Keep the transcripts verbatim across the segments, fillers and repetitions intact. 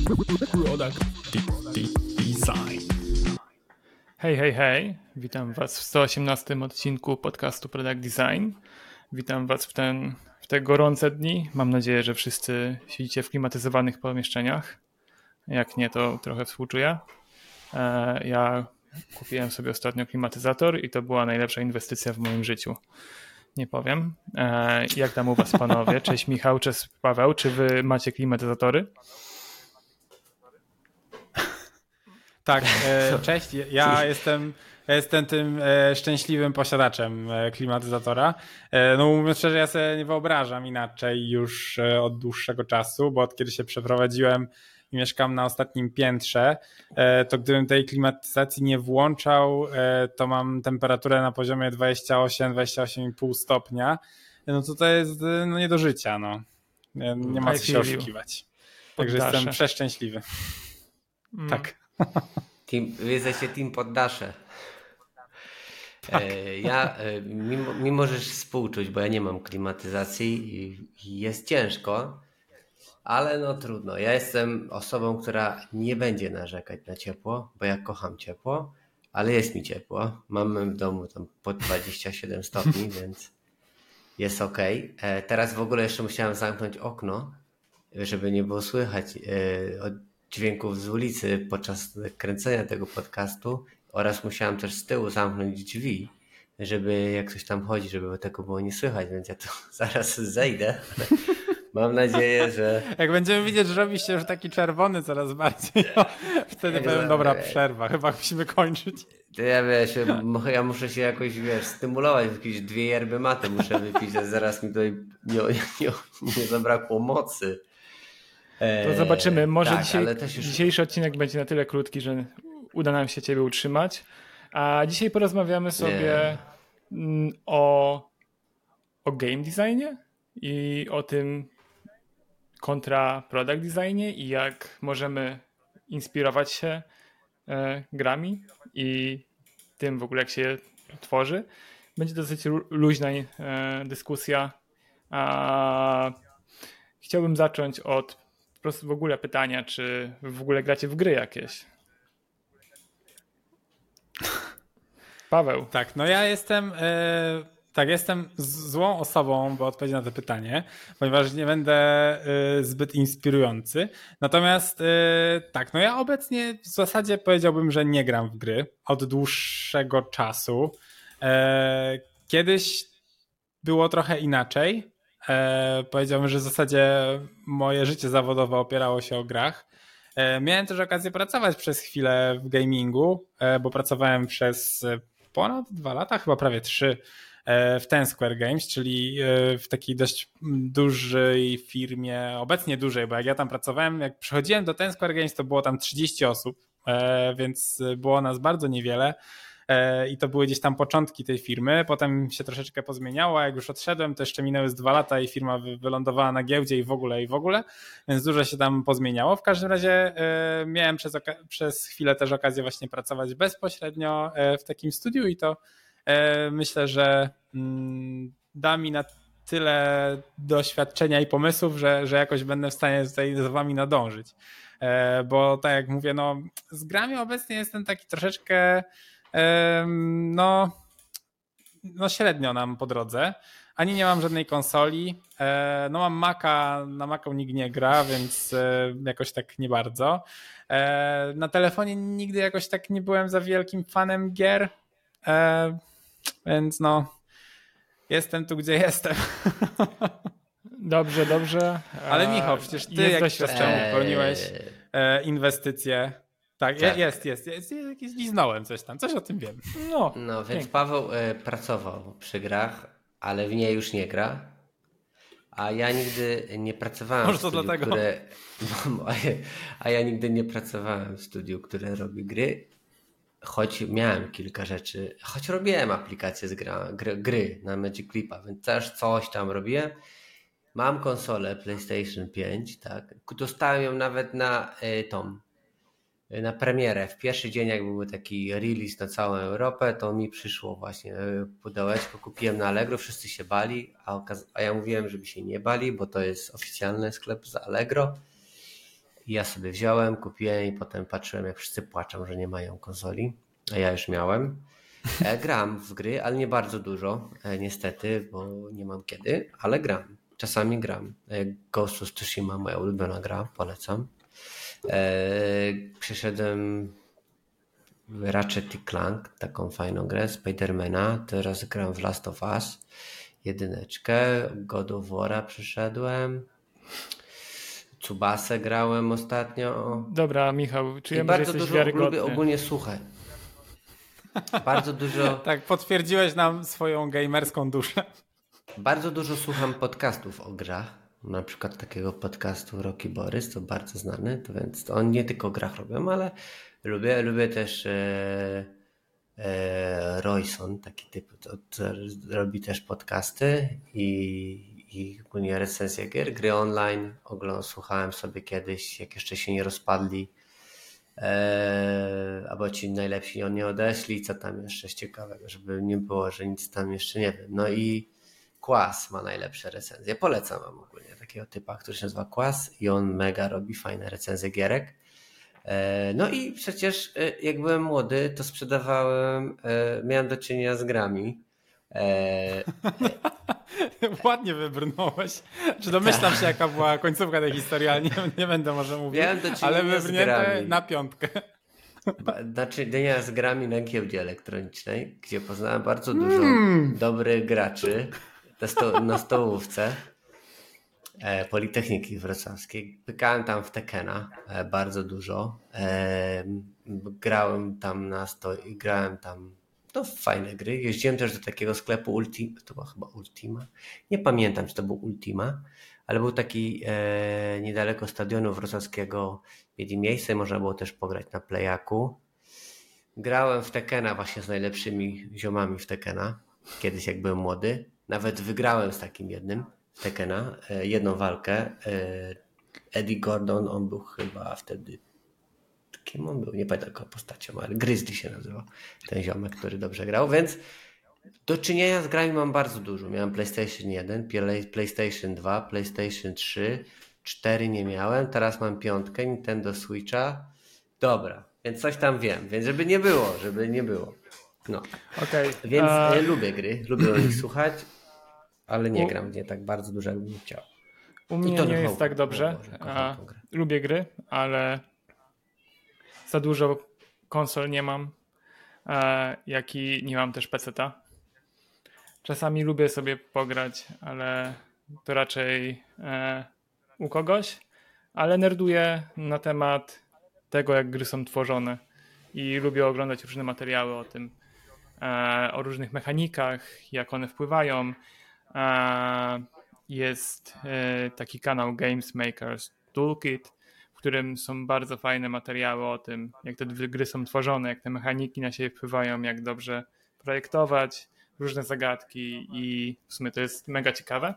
Product Design. Hej, hej, hej. Witam Was w sto osiemnastym odcinku podcastu Product Design. Witam Was w, ten, w te gorące dni. Mam nadzieję, że wszyscy siedzicie w klimatyzowanych pomieszczeniach. Jak nie, to trochę współczuję. Ja kupiłem sobie ostatnio klimatyzator i to była najlepsza inwestycja w moim życiu. Nie powiem. Jak tam u Was, panowie? Cześć Michał, cześć Paweł. Czy Wy macie klimatyzatory? Tak, cześć. Ja jestem, ja jestem tym szczęśliwym posiadaczem klimatyzatora. No mówiąc szczerze, ja sobie nie wyobrażam inaczej już od dłuższego czasu, bo od kiedy się przeprowadziłem i mieszkam na ostatnim piętrze, to gdybym tej klimatyzacji nie włączał, to mam temperaturę na poziomie dwadzieścia osiem do dwudziestu ośmiu i pół stopnia. No to to jest no, nie do życia. No. Nie, nie ma co się oszukiwać. Także Poddasze. jestem przeszczęśliwy. Mm. Tak. Team, wy jesteście team poddasze. Tak. E, ja, e, mimo, mimo że współczuć, bo ja nie mam klimatyzacji i, i jest ciężko, ale no trudno. Ja jestem osobą, która nie będzie narzekać na ciepło, bo ja kocham ciepło, ale jest mi ciepło. Mam w domu tam po dwadzieścia siedem stopni, więc jest okej. E, teraz w ogóle jeszcze musiałem zamknąć okno, żeby nie było słychać e, od dźwięków z ulicy podczas kręcenia tego podcastu oraz musiałem też z tyłu zamknąć drzwi, żeby jak ktoś tam chodzi, żeby tego było nie słychać, więc ja tu zaraz zejdę. Mam nadzieję, że... Jak będziemy widzieć, że robi się już taki czerwony coraz bardziej, no, wtedy powiem, dobra, przerwa, chyba musimy kończyć. To ja wiesz, ja muszę się jakoś, wiesz, stymulować, jakieś dwie yerby maty muszę wypić, a zaraz mi tutaj nie, nie, nie zabrakło mocy. To zobaczymy. Może tak, dzisiaj, już... dzisiejszy odcinek będzie na tyle krótki, że uda nam się Ciebie utrzymać. A dzisiaj porozmawiamy sobie Nie. o, o game designie i o tym kontra product designie i jak możemy inspirować się e, grami i tym w ogóle, jak się je tworzy. Będzie dosyć luźna e, dyskusja. A chciałbym zacząć od po prostu w ogóle pytania, czy w ogóle gracie w gry jakieś? Paweł. Tak, no ja jestem e, tak, jestem złą osobą, bo odpowiedzieć na to pytanie, ponieważ nie będę e, zbyt inspirujący. Natomiast e, tak, no ja obecnie w zasadzie powiedziałbym, że nie gram w gry od dłuższego czasu. E, kiedyś było trochę inaczej. E, powiedziałbym, że w zasadzie moje życie zawodowe opierało się o grach. E, miałem też okazję pracować przez chwilę w gamingu, e, bo pracowałem przez ponad dwa lata, chyba prawie trzy, e, w Ten Square Games, czyli e, w takiej dość dużej firmie, obecnie dużej, bo jak ja tam pracowałem, jak przychodziłem do Ten Square Games, to było tam trzydzieści osób, e, więc było nas bardzo niewiele. I to były gdzieś tam początki tej firmy, potem się troszeczkę pozmieniało, a jak już odszedłem, to jeszcze minęły z dwa lata i firma wylądowała na giełdzie i w ogóle, i w ogóle, więc dużo się tam pozmieniało. W każdym razie miałem przez, przez chwilę też okazję właśnie pracować bezpośrednio w takim studiu i to myślę, że da mi na tyle doświadczenia i pomysłów, że, że jakoś będę w stanie tutaj z wami nadążyć. Bo tak jak mówię, no z grami obecnie jestem taki troszeczkę No, no średnio nam po drodze. Ani nie mam żadnej konsoli. No mam Maca, na Macu nikt nie gra, więc jakoś tak nie bardzo. Na telefonie nigdy jakoś tak nie byłem za wielkim fanem gier. Więc no, jestem tu, gdzie jestem. Dobrze, dobrze. Ale Michał, przecież ty jest jakiś czas temu pełniłeś inwestycje. Tak, tak, jest, jest, jest, jest, liznąłem coś tam, coś o tym wiem. No, no więc pięknie. Paweł y, pracował przy grach, ale w nie już nie gra, a ja nigdy nie pracowałem Może w studiu, to dlatego. które, a, ja, a ja nigdy nie pracowałem w studiu, które robi gry, choć miałem kilka rzeczy, choć robiłem aplikacje z gra, gry, gry na Magic Leapa, więc też coś tam robiłem. Mam konsolę PlayStation pięć, tak, dostałem ją nawet na y, tą na premierę. W pierwszy dzień, jak był taki release na całą Europę, to mi przyszło właśnie pudełeczko, kupiłem na Allegro, wszyscy się bali, a, okaz- a ja mówiłem, żeby się nie bali, bo to jest oficjalny sklep z Allegro I ja sobie wziąłem, kupiłem i potem patrzyłem, jak wszyscy płaczą, że nie mają konsoli, a ja już miałem. E, gram w gry, ale nie bardzo dużo, e, niestety, bo nie mam kiedy, ale gram. Czasami gram. E, Ghost of Tsushima, moja ulubiona gra, polecam. E, przeszedłem Ratchet i Clank, taką fajną grę, Spidermana, teraz gram w Last of Us, jedyneczkę, God of War'a przeszedłem, Tsubasę grałem ostatnio. Dobra, Michał, I czujemy, że bardzo jesteś dużo wiarygodny. lubię ogólnie słuchać. Bardzo dużo, Tak, potwierdziłeś nam swoją gamerską duszę. bardzo dużo słucham podcastów o grach. Na przykład takiego podcastu Rocky Borys, to bardzo znany, to więc to on nie tylko o grach robią, ale lubię, lubię też e, e, Royson, taki typ, to, to robi też podcasty i, i ogólnie recenzje gier, gry online. Oglądam, słuchałem sobie kiedyś, jak jeszcze się nie rozpadli, e, albo ci najlepsi on nie odeśli, co tam jeszcze jest ciekawego, żeby nie było, że nic tam jeszcze nie wiem. No i Kłas ma najlepsze recenzje. Polecam wam ogólnie takiego typa, który się nazywa Kłas i on mega robi fajne recenzje gierek. No i przecież jak byłem młody, to sprzedawałem, miałem do czynienia z grami. Ładnie wybrnąłeś. Czy domyślam się, jaka była końcówka tej historii, ale nie, nie będę może mówił. Miałem do czynienia ale z wybrnięte grami. na piątkę. Do czynienia z grami na giełdzie elektronicznej, gdzie poznałem bardzo dużo Mm. dobrych graczy na, sto, na stołówce e, Politechniki Wrocławskiej. Pykałem tam w Tekena e, bardzo dużo. E, grałem tam na sto i grałem tam no, fajne gry. Jeździłem też do takiego sklepu Ultima, to była chyba Ultima. Nie pamiętam, czy to był Ultima, ale był taki e, niedaleko stadionu wrocławskiego, mieli miejsce, można było też pograć na Playaku. Grałem w Tekena właśnie z najlepszymi ziomami w Tekena, kiedyś jak byłem młody. Nawet wygrałem z takim jednym w Tekena, e, jedną walkę. E, Eddie Gordon, on był chyba wtedy, kim on był, nie pamiętam jaką postacią, ale Grizzly się nazywał, ten ziomek, który dobrze grał, więc do czynienia z grami mam bardzo dużo. Miałem PlayStation jeden, PlayStation dwa, PlayStation trzy, cztery nie miałem, teraz mam piątkę, Nintendo Switcha. Dobra, więc coś tam wiem, więc żeby nie było, żeby nie było. No. Okay. Więc A... ja lubię gry, lubię o nich słuchać, ale nie U... gram w nie tak bardzo dużo, jakbym chciał. U mnie nie jest tak dobrze. Boże, A, lubię gry, ale za dużo konsol nie mam, jak i nie mam też peceta. Czasami lubię sobie pograć, ale to raczej e, u kogoś, ale nerduję na temat tego, jak gry są tworzone i lubię oglądać różne materiały o tym, e, o różnych mechanikach, jak one wpływają. E, jest e, taki kanał Games Makers Toolkit, w którym są bardzo fajne materiały o tym, jak te gry są tworzone, jak te mechaniki na siebie wpływają, jak dobrze projektować różne zagadki i w sumie to jest mega ciekawe.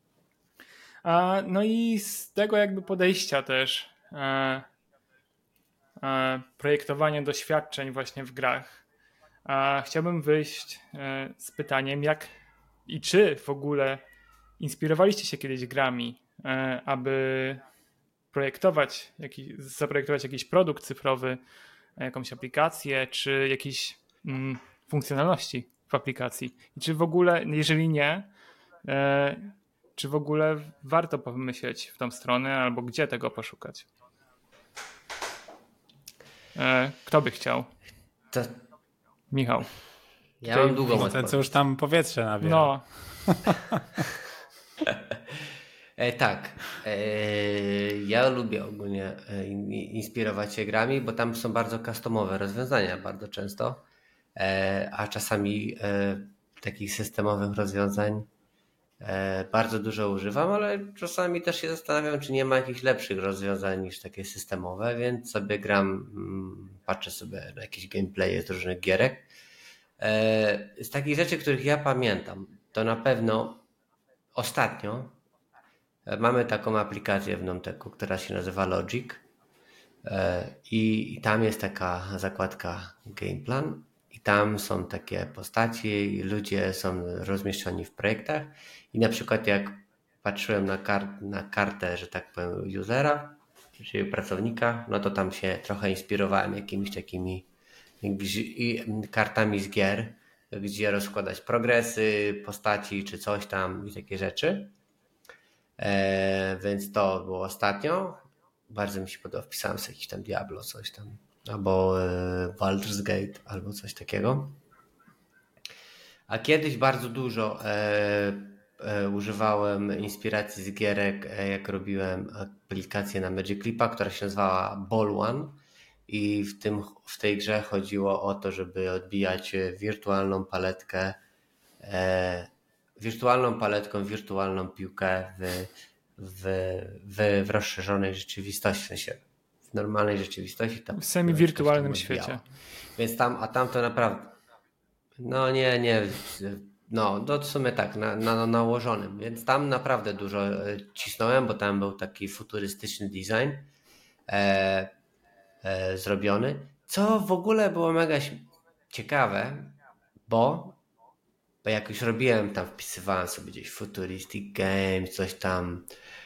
No i z tego jakby podejścia też e, e, projektowanie doświadczeń właśnie w grach. E, chciałbym wyjść e, z pytaniem, jak i czy w ogóle inspirowaliście się kiedyś grami, e, aby projektować, jakiś, zaprojektować jakiś produkt cyfrowy, jakąś aplikację, czy jakieś mm, funkcjonalności w aplikacji. I czy w ogóle, jeżeli nie, e, czy w ogóle warto pomyśleć w tą stronę, albo gdzie tego poszukać? E, kto by chciał? To... Michał. Ja mam długą ten, co już tam powietrze nabiera. No. e, tak. E, ja lubię ogólnie inspirować się grami, bo tam są bardzo customowe rozwiązania bardzo często. A czasami e, takich systemowych rozwiązań e, bardzo dużo używam, ale czasami też się zastanawiam, czy nie ma jakichś lepszych rozwiązań niż takie systemowe, więc sobie gram, mm, patrzę sobie na jakieś gameplaye z różnych gierek. E, z takich rzeczy, których ja pamiętam, to na pewno ostatnio e, mamy taką aplikację w Nomteku, która się nazywa Logic e, i, i tam jest taka zakładka Gameplan. I tam są takie postaci i ludzie są rozmieszczeni w projektach i na przykład jak patrzyłem na, kart, na kartę, że tak powiem, usera czyli pracownika, no to tam się trochę inspirowałem jakimiś takimi kartami z gier, gdzie rozkładać progresy, postaci czy coś tam i takie rzeczy. E, więc to było ostatnio. Bardzo mi się podoba. Wpisałem sobie jakiś tam Diablo, coś tam. Albo e, Baldur's Gate, albo coś takiego. A kiedyś bardzo dużo e, e, używałem inspiracji z gierek, e, jak robiłem aplikację na Magic Leapa, która się nazywała Ball One. I w, tym, w tej grze chodziło o to, żeby odbijać wirtualną paletkę, e, wirtualną paletką, wirtualną piłkę w, w, w, w rozszerzonej rzeczywistości, w sensie w normalnej rzeczywistości. Tam w semi-wirtualnym świecie. Więc tam, a tam to naprawdę, no nie, nie, no to w sumie tak, na, na, nałożonym, więc tam naprawdę dużo cisnąłem, bo tam był taki futurystyczny design. E, zrobiony, co w ogóle było mega ciekawe, bo, bo jak już robiłem tam, wpisywałem sobie gdzieś Futuristic Games, coś tam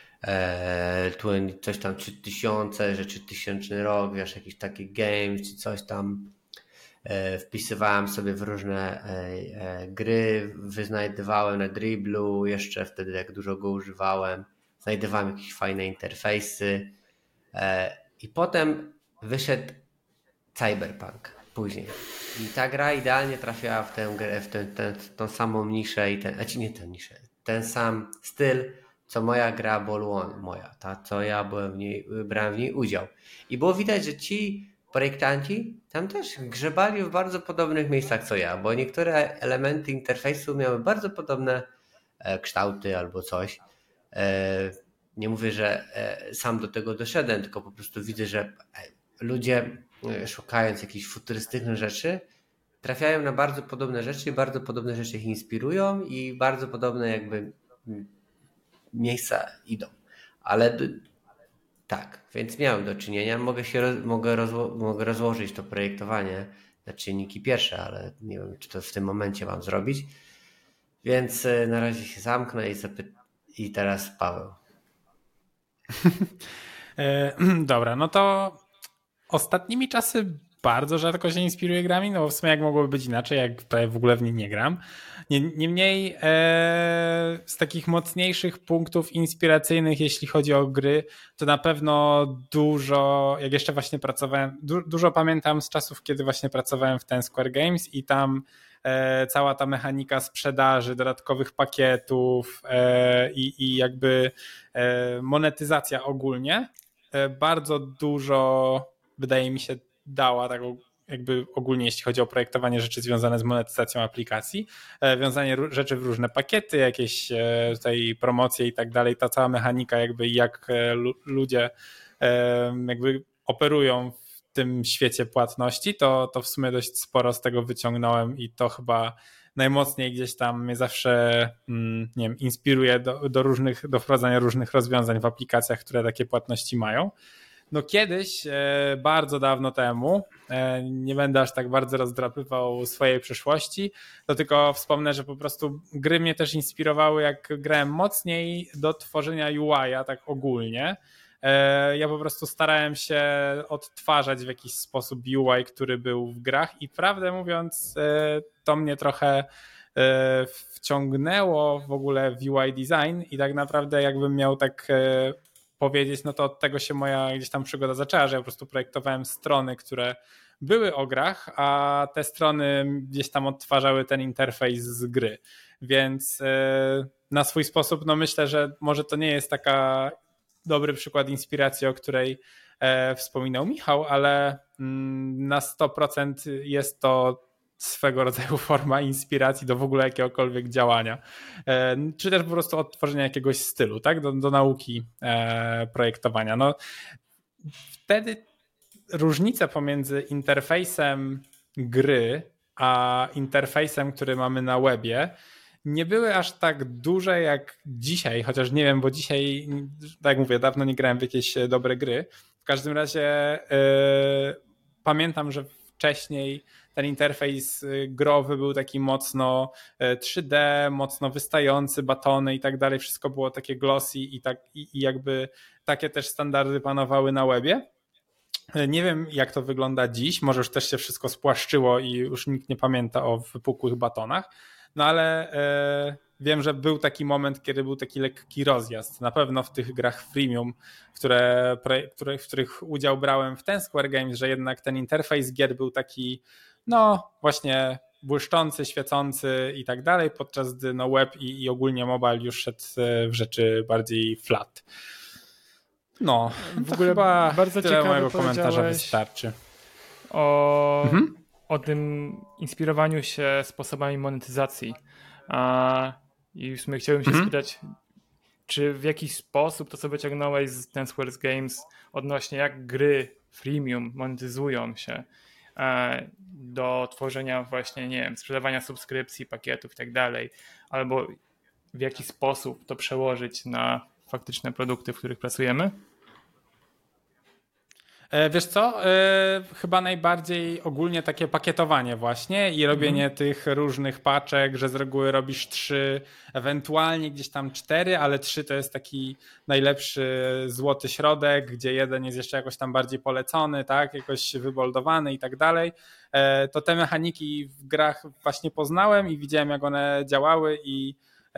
e, coś tam trzy tysiące, że trzytysięczny rok, wiesz, jakiś taki games, czy coś tam e, wpisywałem sobie w różne e, e, gry, wyznajdowałem na Dribblu, jeszcze wtedy jak dużo go używałem, znajdowałem jakieś fajne interfejsy e, i potem wyszedł Cyberpunk później. I ta gra idealnie trafiała w tę grę, w tę, tę, tą samą niszę i ten, znaczy nie tę niszę, ten sam styl, co moja gra Ball One, moja, ta, co ja byłem w niej, brałem w niej udział. I było widać, że ci projektanci tam też grzebali w bardzo podobnych miejscach co ja, bo niektóre elementy interfejsu miały bardzo podobne e, kształty albo coś. E, nie mówię, że e, sam do tego doszedłem, tylko po prostu widzę, że e, ludzie szukając jakichś futurystycznych rzeczy trafiają na bardzo podobne rzeczy, bardzo podobne rzeczy ich inspirują i bardzo podobne jakby miejsca idą. Ale tak, więc miałem do czynienia. Mogę się mogę, rozło- mogę rozłożyć to projektowanie na czynniki pierwsze, ale nie wiem, czy to w tym momencie mam zrobić. Więc na razie się zamknę i, zapy- i teraz Paweł. Dobra, no to ostatnimi czasy bardzo rzadko się inspiruję grami, no bo w sumie jak mogłoby być inaczej, jak prawie w ogóle w nie nie gram. Niemniej e, z takich mocniejszych punktów inspiracyjnych, jeśli chodzi o gry, to na pewno dużo, jak jeszcze właśnie pracowałem, du, dużo pamiętam z czasów, kiedy właśnie pracowałem w Ten Square Games i tam e, cała ta mechanika sprzedaży, dodatkowych pakietów e, i, i jakby e, monetyzacja ogólnie e, bardzo dużo, wydaje mi się, dała tak jakby ogólnie, jeśli chodzi o projektowanie rzeczy związane z monetyzacją aplikacji, wiązanie rzeczy w różne pakiety, jakieś tutaj promocje i tak dalej, ta cała mechanika jakby jak ludzie jakby operują w tym świecie płatności, to, to w sumie dość sporo z tego wyciągnąłem i to chyba najmocniej gdzieś tam mnie zawsze nie wiem, inspiruje do, do różnych, do wprowadzania różnych rozwiązań w aplikacjach, które takie płatności mają. No kiedyś, bardzo dawno temu, nie będę aż tak bardzo rozdrapywał swojej przeszłości, to tylko wspomnę, że po prostu gry mnie też inspirowały, jak grałem mocniej do tworzenia U I-a tak ogólnie. Ja po prostu starałem się odtwarzać w jakiś sposób U I, który był w grach i prawdę mówiąc to mnie trochę wciągnęło w ogóle w U I design i tak naprawdę jakbym miał tak powiedzieć, no to od tego się moja gdzieś tam przygoda zaczęła, że ja po prostu projektowałem strony, które były o grach, a te strony gdzieś tam odtwarzały ten interfejs z gry. Więc na swój sposób no myślę, że może to nie jest taka dobry przykład inspiracji, o której wspominał Michał, ale na sto procent jest to swego rodzaju forma inspiracji do w ogóle jakiegokolwiek działania, czy też po prostu odtworzenia jakiegoś stylu, tak, do, do nauki projektowania. No, wtedy różnice pomiędzy interfejsem gry a interfejsem, który mamy na webie, nie były aż tak duże jak dzisiaj, chociaż nie wiem, bo dzisiaj, tak jak mówię, dawno nie grałem w jakieś dobre gry. W każdym razie yy, pamiętam, że wcześniej ten interfejs growy był taki mocno trzy D, mocno wystający, batony i tak dalej, wszystko było takie glossy i, tak, i, i jakby takie też standardy panowały na webie. Nie wiem, jak to wygląda dziś, może już też się wszystko spłaszczyło i już nikt nie pamięta o wypukłych batonach, no ale e, wiem, że był taki moment, kiedy był taki lekki rozjazd. Na pewno w tych grach freemium, w, które, które, w których udział brałem w ten Square Games, że jednak ten interfejs gier był taki, no właśnie błyszczący, świecący i tak dalej, podczas gdy no web i, i ogólnie mobile już szedł w rzeczy bardziej flat. No, w ogóle chyba bardzo tyle ciekawe mojego komentarza powiedziałeś wystarczy. O, mhm. o tym inspirowaniu się sposobami monetyzacji. A, I w sumie chciałbym się mhm. spytać, czy w jakiś sposób to sobie ciągnąłeś z Ten Squares Games odnośnie jak gry freemium monetyzują się e, do tworzenia właśnie, nie wiem, sprzedawania subskrypcji, pakietów i tak dalej, albo w jaki sposób to przełożyć na faktyczne produkty, w których pracujemy? Wiesz co, chyba najbardziej ogólnie takie pakietowanie właśnie i robienie mhm. tych różnych paczek, że z reguły robisz trzy, ewentualnie gdzieś tam cztery, ale trzy to jest taki najlepszy złoty środek, gdzie jeden jest jeszcze jakoś tam bardziej polecony, tak, jakoś wyboldowany i tak dalej. To te mechaniki w grach właśnie poznałem i widziałem, jak one działały i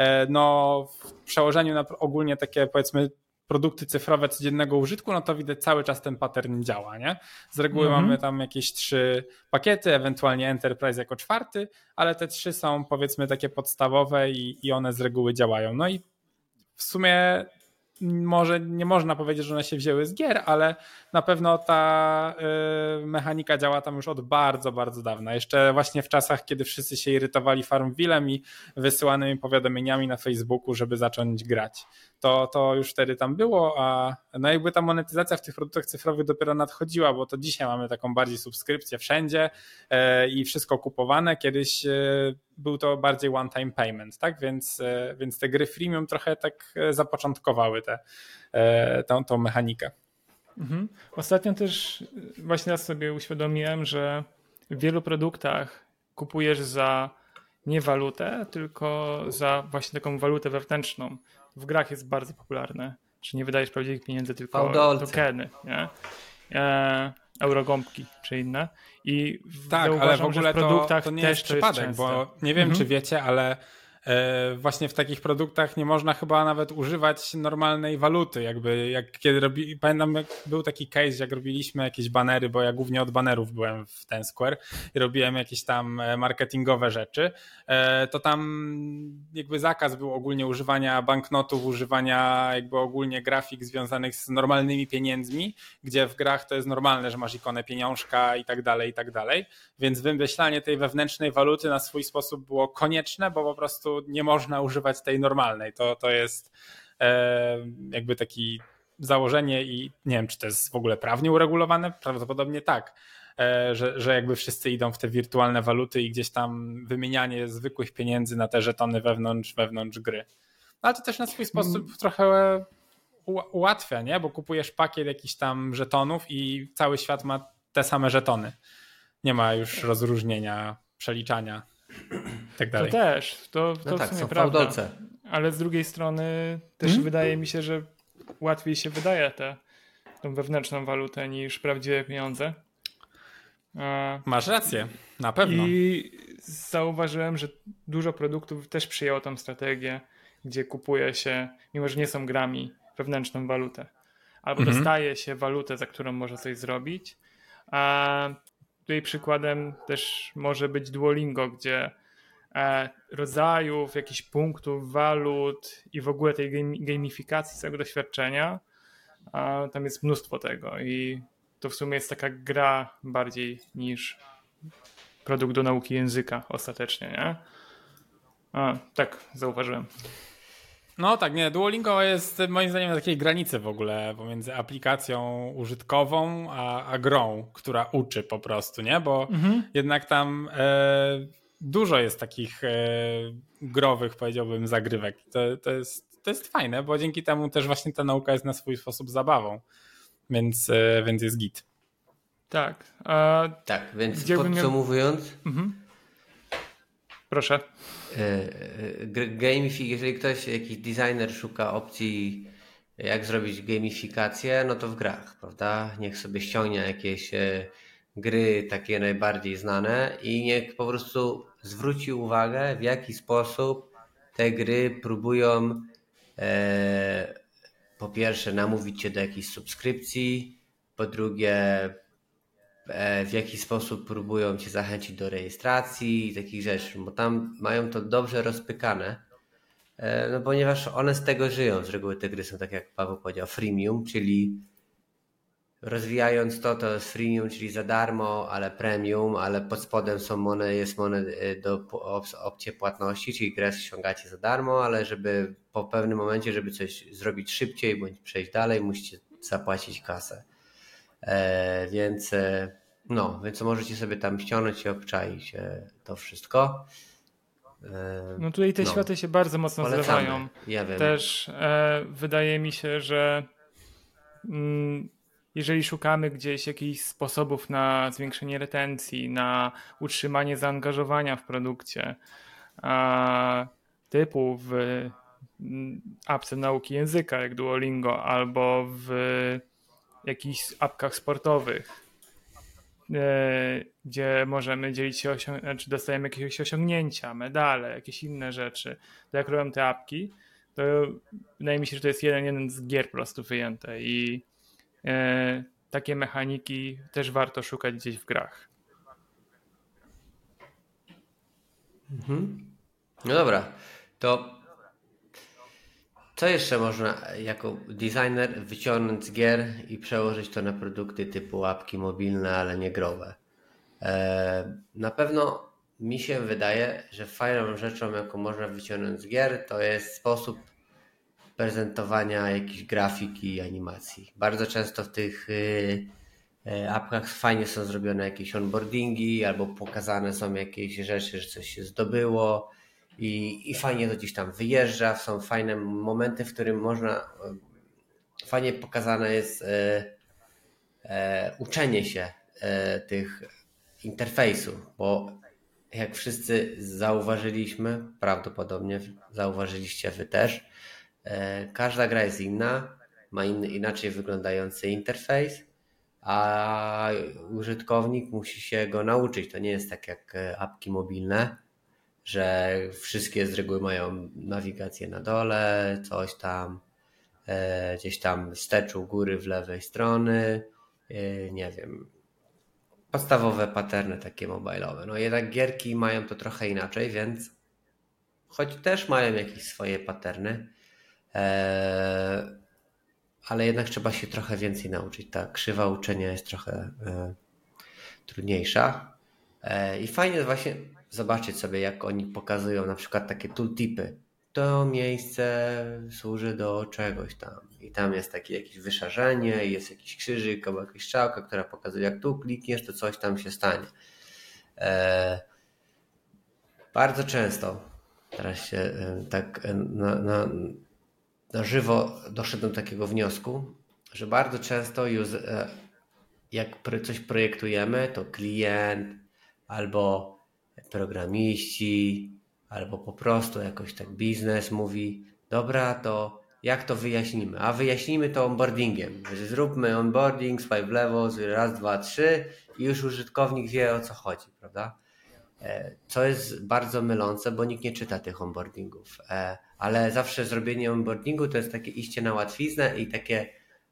no w przełożeniu na ogólnie takie, powiedzmy, produkty cyfrowe codziennego użytku, no to widać cały czas ten pattern działa, nie? Z reguły mm-hmm. mamy tam jakieś trzy pakiety, ewentualnie Enterprise jako czwarty, ale te trzy są, powiedzmy, takie podstawowe i, i one z reguły działają. No i w sumie może nie można powiedzieć, że one się wzięły z gier, ale na pewno ta y, mechanika działa tam już od bardzo, bardzo dawna. Jeszcze właśnie w czasach, kiedy wszyscy się irytowali Farmvillem i wysyłanymi powiadomieniami na Facebooku, żeby zacząć grać. To, to już wtedy tam było, a no jakby ta monetyzacja w tych produktach cyfrowych dopiero nadchodziła, bo to dzisiaj mamy taką bardziej subskrypcję wszędzie y, i wszystko kupowane. Kiedyś y, był to bardziej one-time payment, tak? Więc, więc te gry freemium trochę tak zapoczątkowały tę tą, tą mechanikę. Mhm. Ostatnio też właśnie raz sobie uświadomiłem, że w wielu produktach kupujesz za nie walutę, tylko za właśnie taką walutę wewnętrzną. W grach jest bardzo popularne, że nie wydajesz prawdziwych pieniędzy, tylko Fałdolce. tokeny, nie? E, eurogąbki czy inne. I tak, zauważam, ale w ogóle że w produktach to, to nie też jest przypadek, jest bo nie wiem, mhm. czy wiecie, ale właśnie w takich produktach nie można chyba nawet używać normalnej waluty, jakby jak kiedy robi, pamiętam jak był taki case, jak robiliśmy jakieś banery, bo ja głównie od banerów byłem w Ten Square i robiłem jakieś tam marketingowe rzeczy, to tam jakby zakaz był ogólnie używania banknotów, używania jakby ogólnie grafik związanych z normalnymi pieniędzmi, gdzie w grach to jest normalne, że masz ikonę pieniążka i tak dalej, i tak dalej, więc wymyślanie tej wewnętrznej waluty na swój sposób było konieczne, bo po prostu nie można używać tej normalnej. To, to jest e, jakby takie założenie i nie wiem, czy to jest w ogóle prawnie uregulowane. Prawdopodobnie tak, e, że, że jakby wszyscy idą w te wirtualne waluty i gdzieś tam wymienianie zwykłych pieniędzy na te żetony wewnątrz, wewnątrz gry. Ale to też na swój sposób hmm. trochę u- ułatwia, nie? Bo kupujesz pakiet jakichś tam żetonów i cały świat ma te same żetony. Nie ma już rozróżnienia, przeliczania. Tak dalej. To też, to, to no w tak, sumie są prawda. fałdolce. Ale z drugiej strony też hmm? wydaje mi się, że łatwiej się wydaje tę tą wewnętrzną walutę niż prawdziwe pieniądze. Masz rację, na pewno. I zauważyłem, że dużo produktów też przyjęło tą strategię, gdzie kupuje się, mimo że nie są grami, wewnętrzną walutę. Albo hmm. dostaje się walutę, za którą można coś zrobić. A tutaj przykładem też może być Duolingo, gdzie e, rodzajów, jakichś punktów, walut i w ogóle tej gamifikacji całego doświadczenia, a tam jest mnóstwo tego i to w sumie jest taka gra bardziej niż produkt do nauki języka ostatecznie, nie? A, tak, zauważyłem. No tak, nie, Duolingo jest moim zdaniem na takiej granicy w ogóle pomiędzy aplikacją użytkową a, a grą, która uczy po prostu, nie? Bo mhm. jednak tam e, dużo jest takich e, growych, powiedziałbym, zagrywek. To, to, jest, to jest fajne, bo dzięki temu też właśnie ta nauka jest na swój sposób zabawą, więc, e, więc jest git. Tak. A Tak, więc gdziebym miał- podsumowując, Mhm. Proszę. e, gr- gamifik, jeżeli ktoś, jakiś designer szuka opcji, jak zrobić gamifikację, no to w grach, prawda? Niech sobie ściągnie jakieś e, gry takie najbardziej znane i niech po prostu zwróci uwagę, w jaki sposób te gry próbują e, po pierwsze namówić cię do jakiejś subskrypcji, po drugie e, w jaki sposób próbują cię zachęcić do rejestracji i takich rzeczy, bo tam mają to dobrze rozpykane, e, no ponieważ one z tego żyją. Z reguły te gry są, tak jak Paweł powiedział, freemium, czyli rozwijając to, to jest freemium, czyli za darmo, ale premium, ale pod spodem są monet, jest monet do op- opcji płatności, czyli grę ściągacie za darmo, ale żeby po pewnym momencie, żeby coś zrobić szybciej bądź przejść dalej, musicie zapłacić kasę. E, więc e, no, więc możecie sobie tam ściągnąć i obczaić e, to wszystko. E, No tutaj te no. światy się bardzo mocno Polecamy. zlewają. Ja wiem. Też e, wydaje mi się, że mm, jeżeli szukamy gdzieś jakichś sposobów na zwiększenie retencji, na utrzymanie zaangażowania w produkcie, a, typu w mm, apce nauki języka jak Duolingo albo w jakichś apkach sportowych, e, gdzie możemy dzielić się, osiąg- znaczy dostajemy jakieś osiągnięcia, medale, jakieś inne rzeczy, to jak robią te apki, to wydaje mi się, że to jest jeden, jeden z gier po prostu wyjęte i e, takie mechaniki też warto szukać gdzieś w grach. Mhm. No dobra, to co jeszcze można jako designer wyciągnąć z gier i przełożyć to na produkty typu apki mobilne, ale nie growe? E, na pewno mi się wydaje, że fajną rzeczą, jaką można wyciągnąć z gier, to jest sposób prezentowania jakiejś grafiki i animacji. Bardzo często w tych y, y, apkach fajnie są zrobione jakieś onboardingi albo pokazane są jakieś rzeczy, że coś się zdobyło i, i fajnie to gdzieś tam wyjeżdża. Są fajne momenty, w którym można, y, fajnie pokazane jest y, y, uczenie się y, tych interfejsów, bo jak wszyscy zauważyliśmy, prawdopodobnie zauważyliście wy też, każda gra jest inna, ma inny, inaczej wyglądający interfejs, a użytkownik musi się go nauczyć. To nie jest tak jak apki mobilne, że wszystkie z reguły mają nawigację na dole, coś tam, gdzieś tam wstecz u góry w lewej strony, nie wiem, podstawowe paterny takie mobilowe. No jednak gierki mają to trochę inaczej, więc choć też mają jakieś swoje paterny, Eee, ale jednak trzeba się trochę więcej nauczyć. Ta krzywa uczenia jest trochę e, trudniejsza. E, I fajnie jest właśnie zobaczyć sobie, jak oni pokazują na przykład takie tooltipy. To miejsce służy do czegoś tam. I tam jest takie jakieś wyszarzenie, jest jakiś krzyżyk albo jakaś strzałka, która pokazuje, jak tu klikniesz, to coś tam się stanie. E, bardzo często teraz się e, tak e, na, na na żywo doszedłem do takiego wniosku, że bardzo często już jak coś projektujemy, to klient albo programiści, albo po prostu jakoś tak biznes mówi, dobra, to jak to wyjaśnimy? A wyjaśnimy to onboardingiem. Zróbmy onboarding, swipe w lewo, raz, dwa, trzy i już użytkownik wie, o co chodzi, prawda? Co jest bardzo mylące, bo nikt nie czyta tych onboardingów, ale zawsze zrobienie onboardingu to jest takie iście na łatwiznę i takie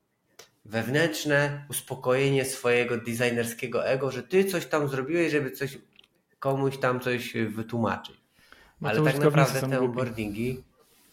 wewnętrzne uspokojenie swojego designerskiego ego, że ty coś tam zrobiłeś, żeby coś komuś tam coś wytłumaczyć. Bo ale tak naprawdę te onboardingi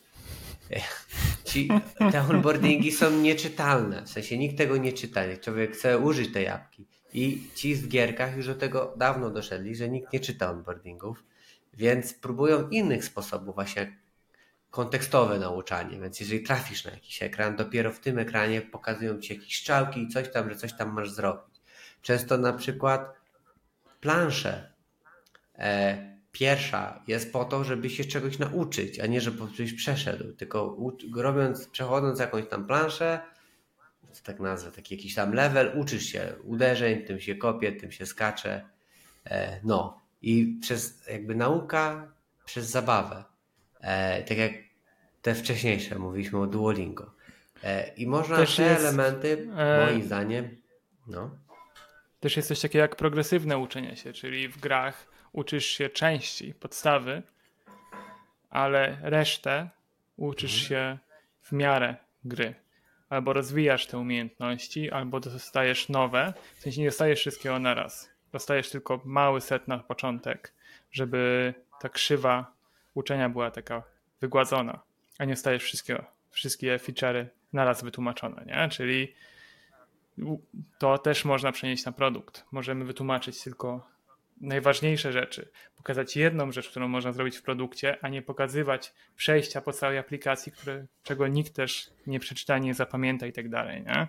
ci, te onboardingi są nieczytalne, w sensie nikt tego nie czyta, jak człowiek chce użyć tej apki. I ci w gierkach już do tego dawno doszedli, że nikt nie czyta onboardingów, więc próbują innych sposobów, właśnie kontekstowe nauczanie. Więc jeżeli trafisz na jakiś ekran, dopiero w tym ekranie pokazują ci jakieś strzałki i coś tam, że coś tam masz zrobić. Często na przykład plansze e, pierwsza jest po to, żeby się czegoś nauczyć, a nie żeby coś przeszedł, tylko robiąc, przechodząc jakąś tam planszę, co tak nazwę, taki jakiś tam level, uczysz się uderzeń, tym się kopie, tym się skacze. No i przez jakby nauka, przez zabawę. Tak jak te wcześniejsze, mówiliśmy o Duolingo. I można Też te jest, elementy, e... moim zdaniem, no. Też jest coś takiego jak progresywne uczenie się, czyli w grach uczysz się części, podstawy, ale resztę uczysz się w miarę gry. Albo rozwijasz te umiejętności, albo dostajesz nowe. W sensie nie dostajesz wszystkiego na raz. Dostajesz tylko mały set na początek, żeby ta krzywa uczenia była taka wygładzona, a nie dostajesz wszystkiego, wszystkie feature'y na raz wytłumaczone, nie? Czyli to też można przenieść na produkt. Możemy wytłumaczyć tylko najważniejsze rzeczy. Pokazać jedną rzecz, którą można zrobić w produkcie, a nie pokazywać przejścia po całej aplikacji, które, czego nikt też nie przeczyta, nie zapamięta i tak dalej, nie?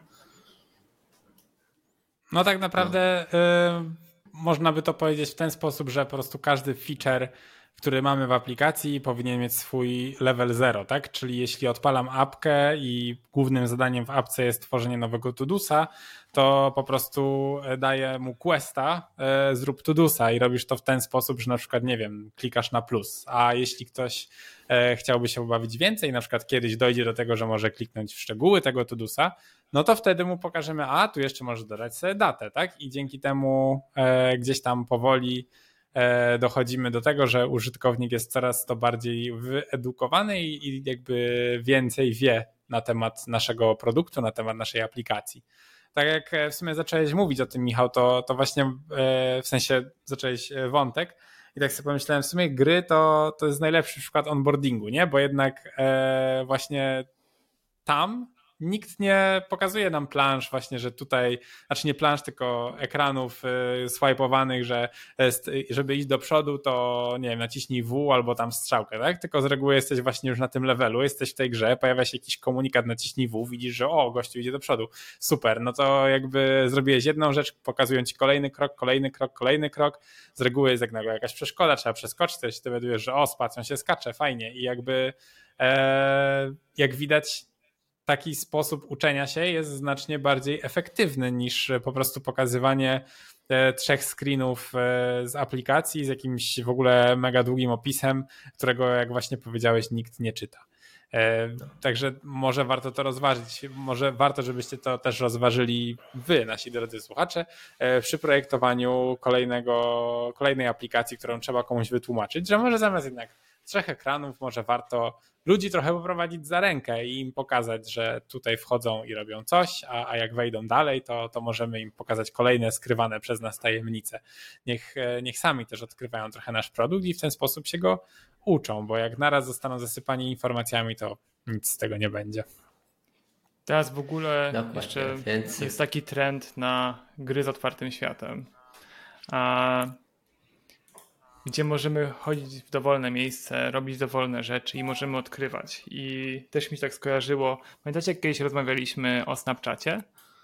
No tak naprawdę no. Y, można by to powiedzieć w ten sposób, że po prostu każdy feature, który mamy w aplikacji, powinien mieć swój level zero, tak? Czyli jeśli odpalam apkę i głównym zadaniem w apce jest tworzenie nowego to-dosa, to po prostu daję mu questa, e, zrób to-dosa i robisz to w ten sposób, że na przykład, nie wiem, klikasz na plus, a jeśli ktoś e, chciałby się pobawić więcej, na przykład kiedyś dojdzie do tego, że może kliknąć w szczegóły tego to-dosa, no to wtedy mu pokażemy, a tu jeszcze możesz dodać sobie datę, tak? I dzięki temu e, gdzieś tam powoli dochodzimy do tego, że użytkownik jest coraz to bardziej wyedukowany i jakby więcej wie na temat naszego produktu, na temat naszej aplikacji. Tak jak w sumie zacząłeś mówić o tym, Michał, to, to właśnie w sensie zacząłeś wątek i tak sobie pomyślałem, w sumie gry to, to jest najlepszy przykład onboardingu, nie? Bo jednak właśnie tam nikt nie pokazuje nam plansz właśnie, że tutaj, znaczy nie plansz, tylko ekranów y, swipeowanych, że jest, żeby iść do przodu, to nie wiem, naciśnij W albo tam strzałkę, tak? Tylko z reguły jesteś właśnie już na tym levelu, jesteś w tej grze, pojawia się jakiś komunikat, naciśnij W, widzisz, że o, gościu idzie do przodu. Super, no to jakby zrobiłeś jedną rzecz, pokazują ci kolejny krok, kolejny krok, kolejny krok. Z reguły jest jak nagle jakaś przeszkoda, trzeba przeskoczyć, to się dowiadujesz, że o, spacją się skacze, fajnie i jakby e, jak widać taki sposób uczenia się jest znacznie bardziej efektywny niż po prostu pokazywanie trzech screenów z aplikacji z jakimś w ogóle mega długim opisem, którego jak właśnie powiedziałeś nikt nie czyta. Także może warto to rozważyć, może warto, żebyście to też rozważyli wy, nasi drodzy słuchacze, przy projektowaniu kolejnego, kolejnej aplikacji, którą trzeba komuś wytłumaczyć, że może zamiast jednak trzech ekranów może warto ludzi trochę poprowadzić za rękę i im pokazać, że tutaj wchodzą i robią coś, a, a jak wejdą dalej, to, to możemy im pokazać kolejne skrywane przez nas tajemnice. Niech, niech sami też odkrywają trochę nasz produkt i w ten sposób się go uczą, bo jak naraz zostaną zasypani informacjami, to nic z tego nie będzie. Teraz w ogóle Dokładnie, jeszcze więc... jest taki trend na gry z otwartym światem, a gdzie możemy chodzić w dowolne miejsce, robić dowolne rzeczy i możemy odkrywać. I też mi się tak skojarzyło, pamiętacie jak kiedyś rozmawialiśmy o Snapchacie?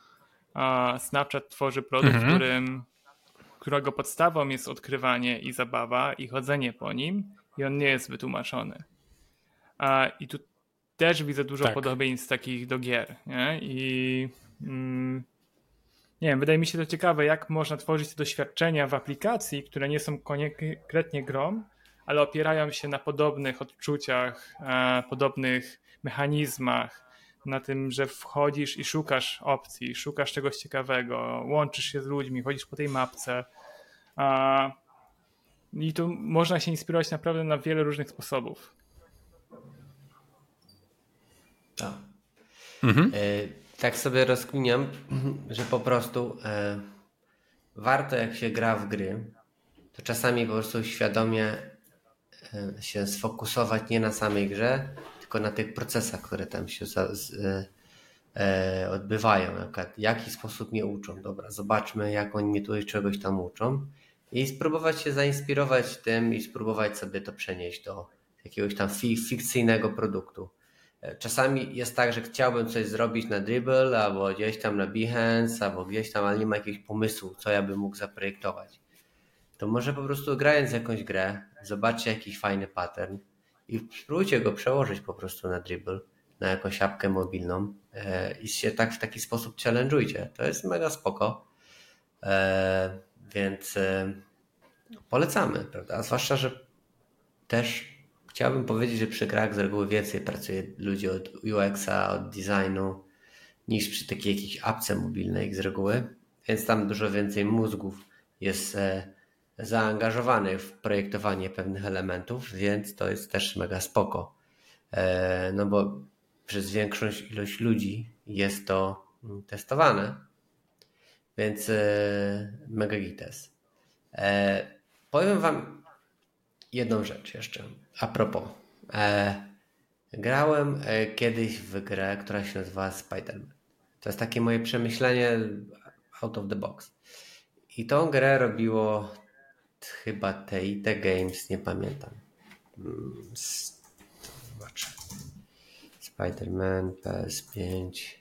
A Snapchat tworzy produkt, mhm. którym, którego podstawą jest odkrywanie i zabawa i chodzenie po nim i on nie jest wytłumaczony. A, i tu też widzę dużo tak. podobieństw takich do gier. Nie? I mm, nie wiem, wydaje mi się to ciekawe, jak można tworzyć te doświadczenia w aplikacji, które nie są konkretnie grą, ale opierają się na podobnych odczuciach, e, podobnych mechanizmach, na tym, że wchodzisz i szukasz opcji, szukasz czegoś ciekawego, łączysz się z ludźmi, chodzisz po tej mapce. E, I tu można się inspirować naprawdę na wiele różnych sposobów. Tak. Mhm. Y- Tak sobie rozkminiam, że po prostu e, warto jak się gra w gry, to czasami po prostu świadomie e, się sfokusować nie na samej grze, tylko na tych procesach, które tam się za, z, e, odbywają. Na przykład w jaki sposób mnie uczą. Dobra, zobaczmy jak oni mnie tutaj czegoś tam uczą i spróbować się zainspirować tym i spróbować sobie to przenieść do jakiegoś tam fi- fikcyjnego produktu. Czasami jest tak, że chciałbym coś zrobić na Dribbble albo gdzieś tam na Behance albo gdzieś tam, ale nie ma jakiegoś pomysłu, co ja bym mógł zaprojektować. To może po prostu grając jakąś grę, zobaczcie jakiś fajny pattern i spróbujcie go przełożyć po prostu na Dribbble, na jakąś apkę mobilną i się tak w taki sposób challenge'ujcie. To jest mega spoko. Więc polecamy, prawda? A zwłaszcza, że też chciałbym powiedzieć, że przy grach z reguły więcej pracuje ludzi od U X-a, od designu, niż przy takiej jakiejś apce mobilnej z reguły, więc tam dużo więcej mózgów jest zaangażowanych w projektowanie pewnych elementów, więc to jest też mega spoko. No bo przez większą ilość ludzi jest to testowane, więc mega gites. Powiem wam jedną rzecz jeszcze, a propos. Grałem kiedyś w grę, która się nazywa Spider-Man. To jest takie moje przemyślenie out of the box. I tą grę robiło chyba T I T Games, nie pamiętam. Zobaczę. Spider-Man, P S pięć.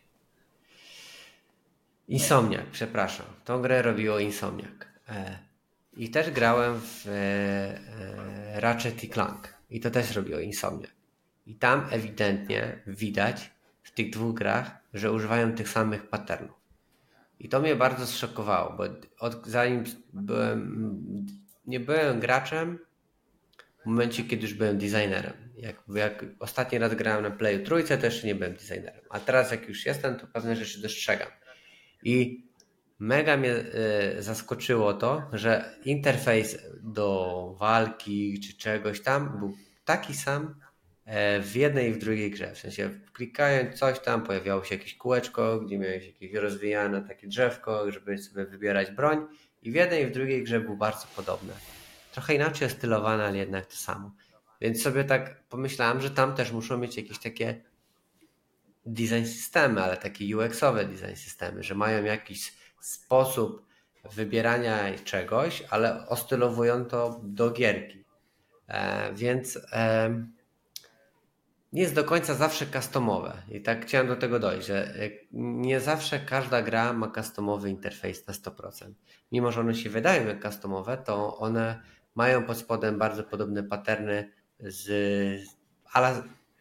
Insomniac, przepraszam. Tą grę robiło Insomniac. I też grałem w Ratchet i Clank. I to też robiło Insomniac. I tam ewidentnie widać w tych dwóch grach, że używają tych samych patternów. I to mnie bardzo zszokowało, bo od, zanim byłem, nie byłem graczem, w momencie, kiedy już byłem designerem. Jak, jak ostatni raz grałem na Playu Trójce, to jeszcze nie byłem designerem. A teraz jak już jestem, to pewne rzeczy dostrzegam. I mega mnie y, zaskoczyło to, że interfejs do walki czy czegoś tam był taki sam w jednej i w drugiej grze. W sensie klikając coś tam, pojawiało się jakieś kółeczko, gdzie miałeś jakieś rozwijane takie drzewko, żeby sobie wybierać broń. I w jednej i w drugiej grze był bardzo podobne. Trochę inaczej stylowane, ale jednak to samo. Więc sobie tak pomyślałem, że tam też muszą mieć jakieś takie design systemy, ale takie U X-owe design systemy, że mają jakiś sposób wybierania czegoś, ale ostylowują to do gierki. E, więc e, nie jest do końca zawsze customowe. I tak chciałem do tego dojść, że nie zawsze każda gra ma customowy interfejs na sto procent. Mimo że one się wydają jak customowe, to one mają pod spodem bardzo podobne patterny z, ale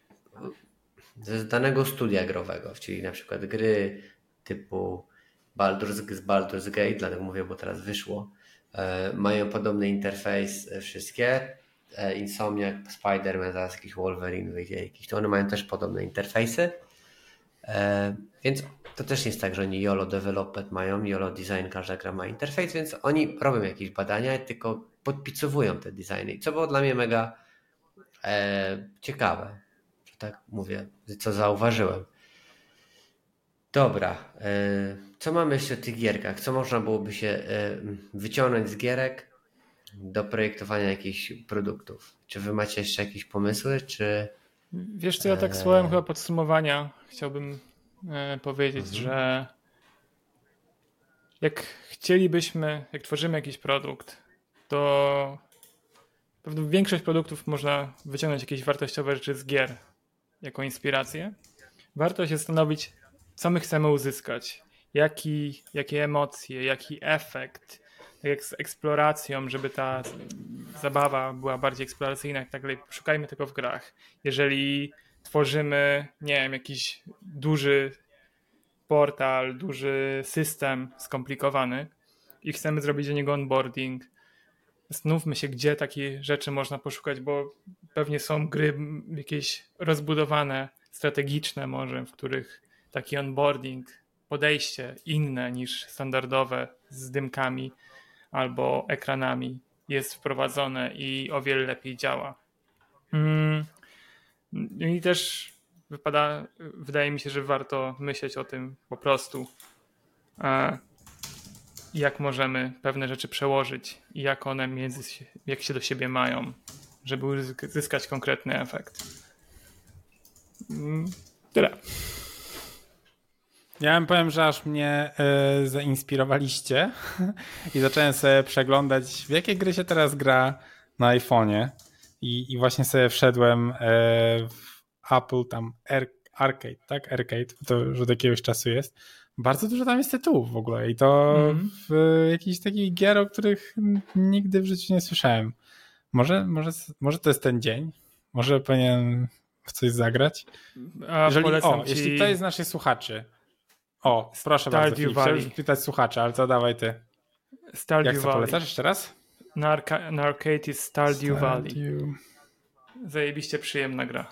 z danego studia growego, czyli na przykład gry typu Baldur's, z Baldur's Gate, dlatego mówię, bo teraz wyszło, e, mają podobny interfejs wszystkie. Insomniac, Spider-Man, zaraz jakiś Wolverine wyjdzie, jakiś, to one mają też podobne interfejsy. E, więc to też nie jest tak, że oni YOLO Development mają, YOLO Design, każda gra ma interfejs, więc oni robią jakieś badania, tylko podpicowują te designy. I co było dla mnie mega e, ciekawe, że tak mówię, co zauważyłem. Dobra, e, co mamy jeszcze o tych gierkach? Co można byłoby się e, wyciągnąć z gierek do projektowania jakichś produktów? Czy wy macie jeszcze jakieś pomysły, czy... Wiesz co, ja tak słowem chyba podsumowania chciałbym e, powiedzieć, mhm. że jak chcielibyśmy, jak tworzymy jakiś produkt, to pewnie większość produktów można wyciągnąć jakieś wartościowe rzeczy z gier jako inspirację. Warto się zastanowić, co my chcemy uzyskać, jaki, jakie emocje, jaki efekt, tak jak z eksploracją, żeby ta zabawa była bardziej eksploracyjna i tak dalej. Szukajmy tego w grach. Jeżeli tworzymy, nie wiem, jakiś duży portal, duży system skomplikowany i chcemy zrobić do niego onboarding, zastanówmy się, gdzie takie rzeczy można poszukać, bo pewnie są gry jakieś rozbudowane, strategiczne może, w których taki onboarding, podejście inne niż standardowe z dymkami albo ekranami jest wprowadzone i o wiele lepiej działa. I też wypada, wydaje mi się, że warto myśleć o tym po prostu, jak możemy pewne rzeczy przełożyć i jak one między, jak się do siebie mają, żeby uzyskać konkretny efekt. Tyle. Ja wam powiem, że aż mnie y, zainspirowaliście i zacząłem sobie przeglądać, w jakie gry się teraz gra na iPhonie i, i właśnie sobie wszedłem y, w Apple tam Arcade, tak? Arcade, to już od jakiegoś czasu jest. Bardzo dużo tam jest tytułów w ogóle i to mm. w jakichś takich gier, o których nigdy w życiu nie słyszałem. Może, może, może to jest ten dzień? Może powinien w coś zagrać? A Jeżeli, polecam o, ci jeśli ktoś z naszych słuchaczy, o, proszę bardzo, Stardew Filip, Valley. chciałem już pytać słuchacza, ale to dawaj ty. Stardew Jak to Valley. polecasz jeszcze raz? Na, arca- na arcade jest Stardew, Stardew. Valley. Zajebiście przyjemna gra.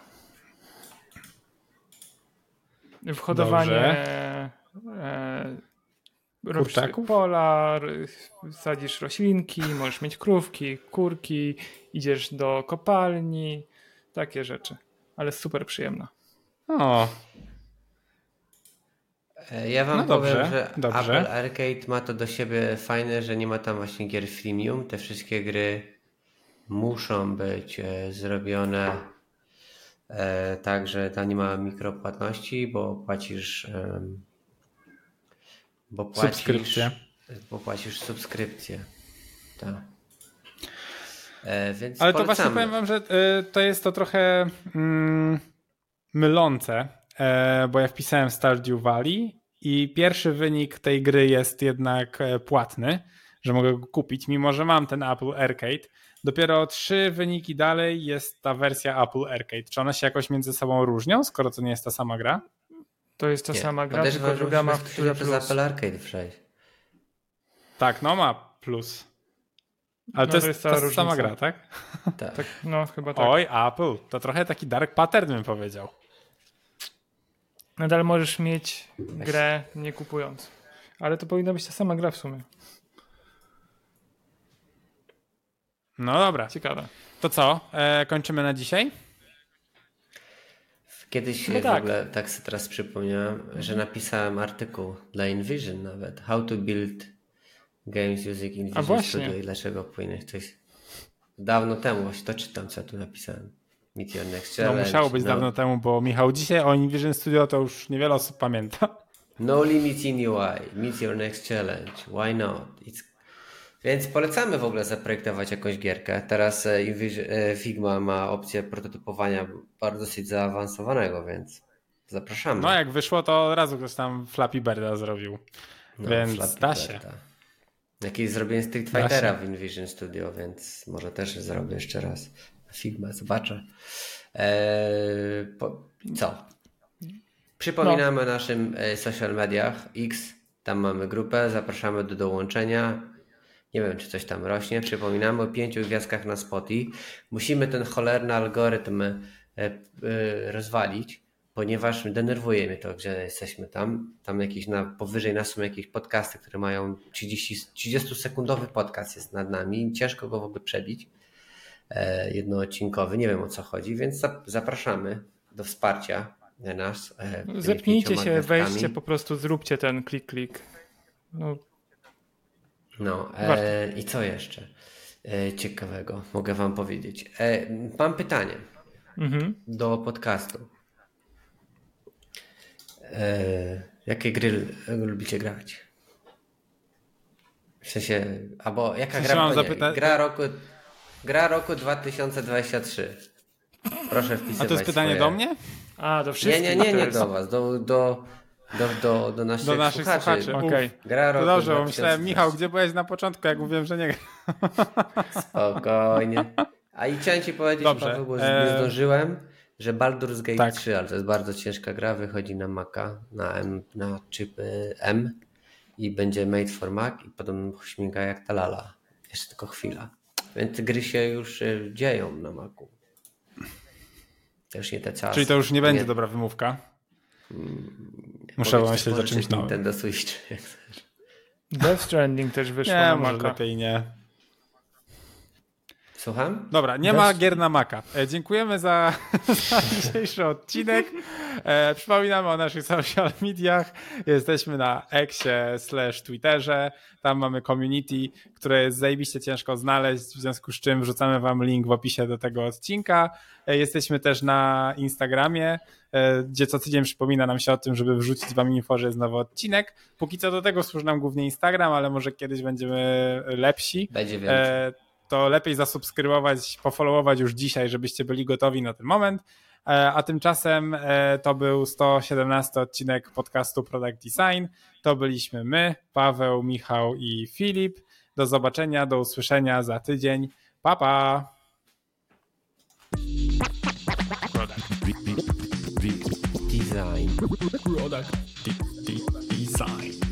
W hodowanie e, robisz sobie Kurczaków? pola, r- sadzisz roślinki, możesz mieć krówki, kurki, idziesz do kopalni, takie rzeczy. Ale super przyjemna. O, E, Ja wam No powiem, dobrze, że dobrze. Apple Arcade ma to do siebie fajne, że nie ma tam właśnie gier freemium. Te wszystkie gry muszą być e, zrobione e, tak, że tam nie ma mikropłatności, bo płacisz em, bo płacisz Subskrypcję. bo płacisz subskrypcję. Tak. E, więc ale to polecamy. właśnie powiem wam, że y, to jest to trochę mm, mylące, e, bo ja wpisałem Stardew Valley i pierwszy wynik tej gry jest jednak e, płatny, że mogę go kupić, mimo że mam ten Apple Arcade. Dopiero trzy wyniki dalej jest ta wersja Apple Arcade. Czy one się jakoś między sobą różnią, skoro to nie jest ta sama gra? To jest ta Nie, sama gra, podejrzewam, tylko że druga ma musimy w które przez plus. Apple Arcade przejść. Tak, no ma plus. Ale No to to jest, jest ta cała sama różnica. gra, tak? Tak. Tak, no chyba tak. Oj, Apple, to trochę taki dark pattern bym powiedział. Nadal możesz mieć grę nie kupując. Ale to powinna być ta sama gra w sumie. No dobra, Ciekawe. to co? E, kończymy na dzisiaj? Kiedyś No w tak. ogóle tak sobie teraz przypomniałem, że napisałem artykuł dla InVision nawet. How to build games using A InVision właśnie. Studio i dlaczego powinien ktoś... Dawno temu właśnie to czytam, co ja tu napisałem. Meet your next No challenge. musiało być no, dawno temu, bo Michał dzisiaj o InVision Studio to już niewiele osób pamięta. No limit in U I. Meet your next challenge. Why not? It's... Więc polecamy w ogóle zaprojektować jakąś gierkę. Teraz e, InVision, e, Figma ma opcję prototypowania bardzo dosyć zaawansowanego, więc zapraszamy. No jak wyszło, to od razu ktoś tam Flappy Birda zrobił. No, Więc Flappy da się. Birda. Jakieś zrobienie Street Da Fightera się. w InVision Studio, więc może też zrobię jeszcze raz. Figma, zobaczę. Eee, po, co? Przypominamy o naszym e, social mediach X, tam mamy grupę, zapraszamy do dołączenia. Nie wiem, czy coś tam rośnie. Przypominamy o pięciu gwiazdkach na Spotify. Musimy ten cholerny algorytm e, e, rozwalić, ponieważ denerwuje mnie to, że jesteśmy tam. Tam jakieś na, powyżej nas są jakieś podcasty, które mają trzydziestosekundowy podcast jest nad nami. Ciężko go w ogóle przebić. E, jednoodcinkowy. Nie wiem, o co chodzi, więc zapraszamy do wsparcia nas. E, tymi Zepnijcie pięcioma się, gwiazdkami. weźcie, po prostu zróbcie ten klik, klik. No, No e, i co jeszcze e, ciekawego mogę wam powiedzieć? E, mam pytanie mhm. do podcastu. E, jakie gry lubicie grać? W sensie, albo jaka sensie gra, mam nie, zapyta- gra roku gra roku dwa tysiące dwudziestego trzeciego. Proszę wpisywać A to jest pytanie swoje... do mnie? A, do Nie, wszystkich. nie, nie, to nie jest. do was, do, do, do, do, do naszych, Do naszych słuchaczy. słuchaczy. Okej. Gra To roku dobrze, bo dwa tysiące myślałem, Michał, dwudziestego. gdzie byłeś na początku, jak mówiłem, że nie gra. Spokojnie. A i chciałem ci powiedzieć, Dobrze, Paweł, bo e- nie zdążyłem, że Baldur's Gate Tak. trzy, ale to jest bardzo ciężka gra, wychodzi na Maca, na, M, na chipy M i będzie made for Mac i potem śmiga jak ta lala. Jeszcze tylko chwila. Więc gry się już y, dzieją na Macu. To już nie te czasy. Czyli to już nie będzie Nie. dobra wymówka. Mogę Muszę ci pomyśleć o pożyczyć czymś nowym. Nintendo Switch. jak chcesz. Death Stranding też wyszło Nie, na może Maca. lepiej nie. Słucham? Dobra, nie Bez- ma gier na Maca. E, dziękujemy za, za dzisiejszy odcinek. E, przypominamy o naszych social mediach. Jesteśmy na Xie slash Twitterze. Tam mamy community, które jest zajebiście ciężko znaleźć, w związku z czym wrzucamy wam link w opisie do tego odcinka. E, jesteśmy też na Instagramie, e, gdzie co tydzień przypomina nam się o tym, żeby wrzucić wam info, że jest nowy odcinek. Póki co do tego służy nam głównie Instagram, ale może kiedyś będziemy lepsi. Będzie więcej. E, to lepiej zasubskrybować, pofollowować już dzisiaj, żebyście byli gotowi na ten moment. E, a tymczasem e, to był sto siedemnasty odcinek podcastu Product Design. To byliśmy my, Paweł, Michał i Filip. Do zobaczenia, do usłyszenia za tydzień. Pa, pa! Product. design. Product design.